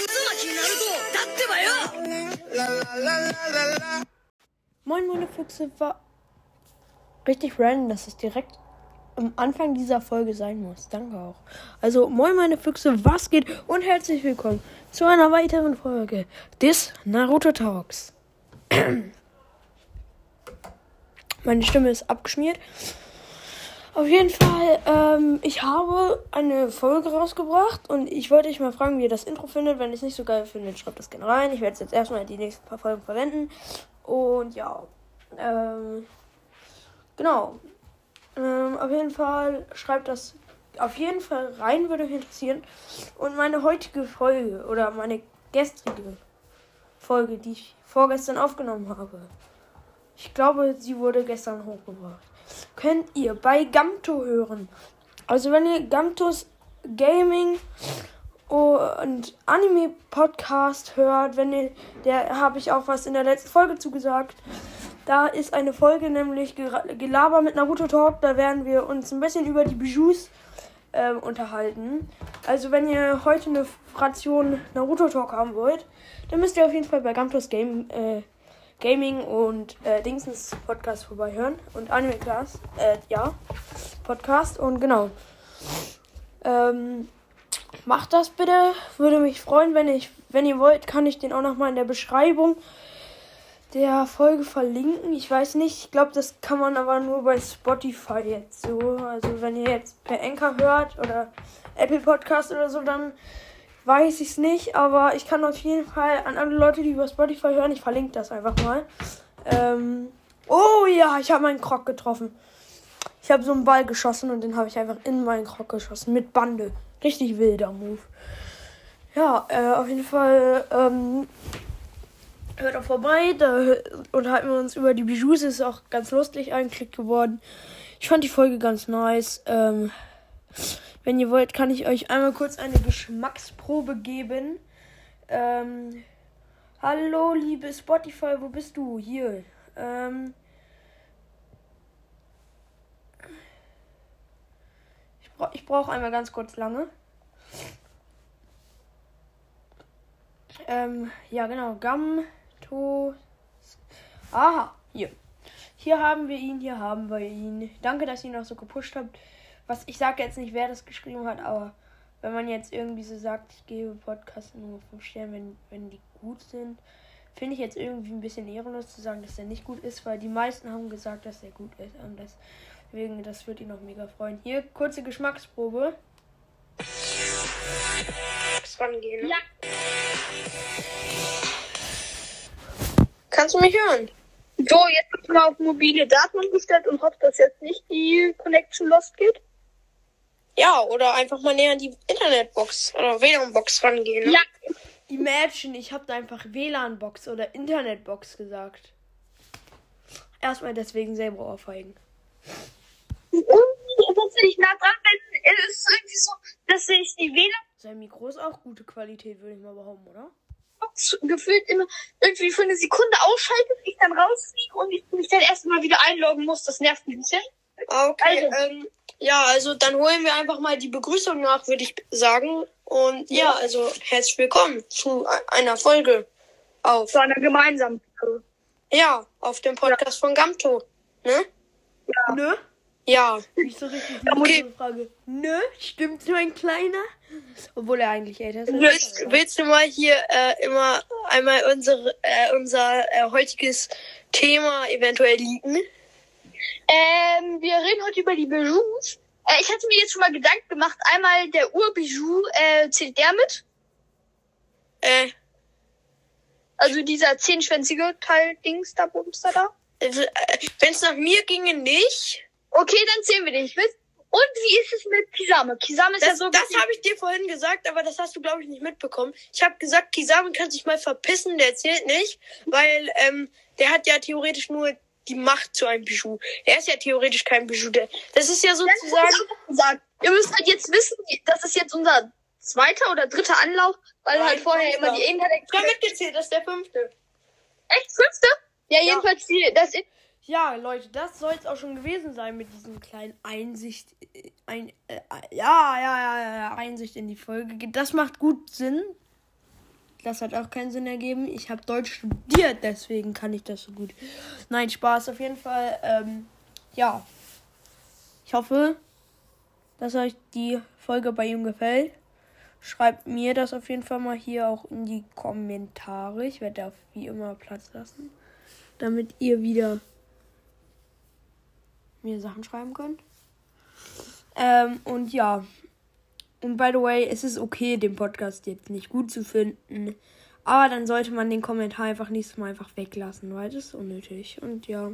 Moin meine Füchse, war richtig random, dass es direkt am Anfang dieser Folge sein muss. Danke auch. Also moin meine Füchse, was geht und herzlich willkommen zu einer weiteren Folge des Naruto Talks. Meine Stimme ist abgeschmiert. Auf jeden Fall, ich habe eine Folge rausgebracht und ich wollte euch mal fragen, wie ihr das Intro findet. Wenn ihr es nicht so geil findet, schreibt das gerne rein. Ich werde es jetzt erstmal die nächsten paar Folgen verwenden. Und ja, genau. Auf jeden Fall schreibt das auf jeden Fall rein, würde mich interessieren. Und meine heutige Folge oder meine gestrige Folge, die ich vorgestern aufgenommen habe, ich glaube, sie wurde gestern hochgebracht, könnt ihr bei Gamto hören. Also wenn ihr Gamtos Gaming und Anime-Podcast hört, der habe ich auch was in der letzten Folge zugesagt. Da ist eine Folge, nämlich Gelaber mit Naruto Talk. Da werden wir uns ein bisschen über die Bijous unterhalten. Also wenn ihr heute eine Ration Naruto Talk haben wollt, dann müsst ihr auf jeden Fall bei Gamtos Gaming und Dingsens Podcast vorbeihören. Und Anime Class, Podcast. Und genau. Macht das bitte. Würde mich freuen, wenn ihr wollt, kann ich den auch nochmal in der Beschreibung der Folge verlinken. Ich weiß nicht, ich glaube, das kann man aber nur bei Spotify jetzt so. Also wenn ihr jetzt per Anchor hört oder Apple Podcast oder so, dann weiß ich es nicht. Aber ich kann auf jeden Fall an alle Leute, die über Spotify hören, ich verlinke das einfach mal. Oh ja, ich habe meinen Krog getroffen. Ich habe so einen Ball geschossen und den habe ich einfach in meinen Krog geschossen. Mit Bande. Richtig wilder Move. Ja, auf jeden Fall hört auch vorbei. Da unterhalten wir uns über die Bijous. Ist auch ganz lustig angeklickt geworden. Ich fand die Folge ganz nice. Wenn ihr wollt, kann ich euch einmal kurz eine Geschmacksprobe geben. Hallo, liebe Spotify, wo bist du? Hier. Ich brauche einmal ganz kurz lange. Ja, genau. Gamto. Aha, hier. Hier haben wir ihn. Danke, dass ihr ihn auch so gepusht habt. Ich sage jetzt nicht, wer das geschrieben hat, aber wenn man jetzt irgendwie so sagt, ich gebe Podcasts nur 5 Sterne, wenn die gut sind, finde ich jetzt irgendwie ein bisschen ehrenlos zu sagen, dass der nicht gut ist, weil die meisten haben gesagt, dass der gut ist. Und deswegen, das würde ihn noch mega freuen. Hier, kurze Geschmacksprobe. Rangehen. Ja. Kannst du mich hören? So, jetzt habe ich mal auf mobile Daten umgestellt und hoffe, dass jetzt nicht die Connection lost geht. Ja, oder einfach mal näher an die Internetbox oder WLAN-Box rangehen. Ne? Ja. Imagine, ich habe da einfach WLAN-Box oder Internetbox gesagt. Erstmal deswegen selber aufheigen. Obwohl ich nah dran bin, ist es irgendwie so, dass ich die WLAN Sein Mikro ist auch gute Qualität, würde ich mal behaupten, oder? gefühlt immer irgendwie für eine Sekunde ausschaltet, ich dann rausfliege und ich mich dann erst mal wieder einloggen muss. Das nervt ein bisschen. Okay, also dann holen wir einfach mal die Begrüßung nach, würde ich sagen. Und ja, also herzlich willkommen zu einer Folge zu einer gemeinsamen Folge. Ja, auf dem Podcast von Gamto. Ne? Ja. Ne? Ja. Nicht so richtig okay. Frage. Ne? Stimmt so ein Kleiner? Obwohl er eigentlich älter ist. Willst du mal hier immer einmal unser heutiges Thema eventuell leaken? Wir reden heute über die Bijous. Ich hatte mir jetzt schon mal Gedanken gemacht. Einmal der Urbijou, zählt der mit? Also dieser 10-schwänzige Teil-Dings da, Bumster da? Wenn es nach mir ginge, nicht. Okay, dann zählen wir den nicht mit. Und wie ist es mit Kisame? Kisame ist ja so... Das habe ich dir vorhin gesagt, aber das hast du, glaube ich, nicht mitbekommen. Ich habe gesagt, Kisame kann sich mal verpissen, der zählt nicht, weil der hat ja theoretisch nur die Macht zu einem Bijou. Der ist ja theoretisch kein Bijou. Das ist ja sozusagen... Ihr müsst halt jetzt wissen, das ist jetzt unser 2. oder 3. Anlauf, weil halt vorher immer die Internet... Ich habe mitgezählt, das ist der 5. Echt? 5.? Ja, jedenfalls das... Ja, Leute, das soll es auch schon gewesen sein mit diesem kleinen Einsicht in die Folge. Das macht gut Sinn. Das hat auch keinen Sinn ergeben. Ich habe Deutsch studiert, deswegen kann ich das so gut. Nein, Spaß auf jeden Fall. Ja. Ich hoffe, dass euch die Folge bei ihm gefällt. Schreibt mir das auf jeden Fall mal hier auch in die Kommentare. Ich werde da wie immer Platz lassen, damit ihr wieder mir Sachen schreiben könnt. Und ja. Und by the way, es ist okay, den Podcast jetzt nicht gut zu finden. Aber dann sollte man den Kommentar einfach nächstes Mal einfach weglassen, weil das ist unnötig. Und ja.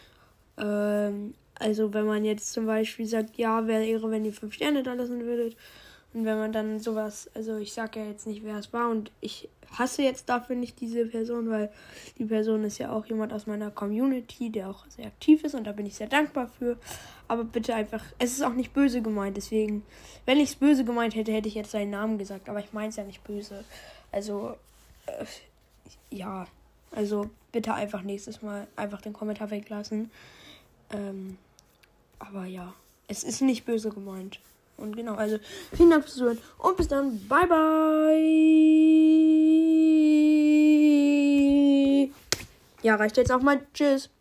Also wenn man jetzt zum Beispiel sagt, ja, wäre Ehre, wenn ihr 5 Sterne da lassen würdet. Und wenn man dann sowas, also ich sage ja jetzt nicht, wer es war. Und ich hasse jetzt dafür nicht diese Person, weil die Person ist ja auch jemand aus meiner Community, der auch sehr aktiv ist. Und da bin ich sehr dankbar für. Aber bitte einfach, es ist auch nicht böse gemeint. Deswegen, wenn ich es böse gemeint hätte, hätte ich jetzt seinen Namen gesagt. Aber ich meine es ja nicht böse. Also, ja. Also bitte einfach nächstes Mal einfach den Kommentar weglassen. Aber ja, es ist nicht böse gemeint. Und genau, also vielen Dank fürs Zuhören und bis dann. Bye, bye. Ja, reicht jetzt auch mal. Tschüss.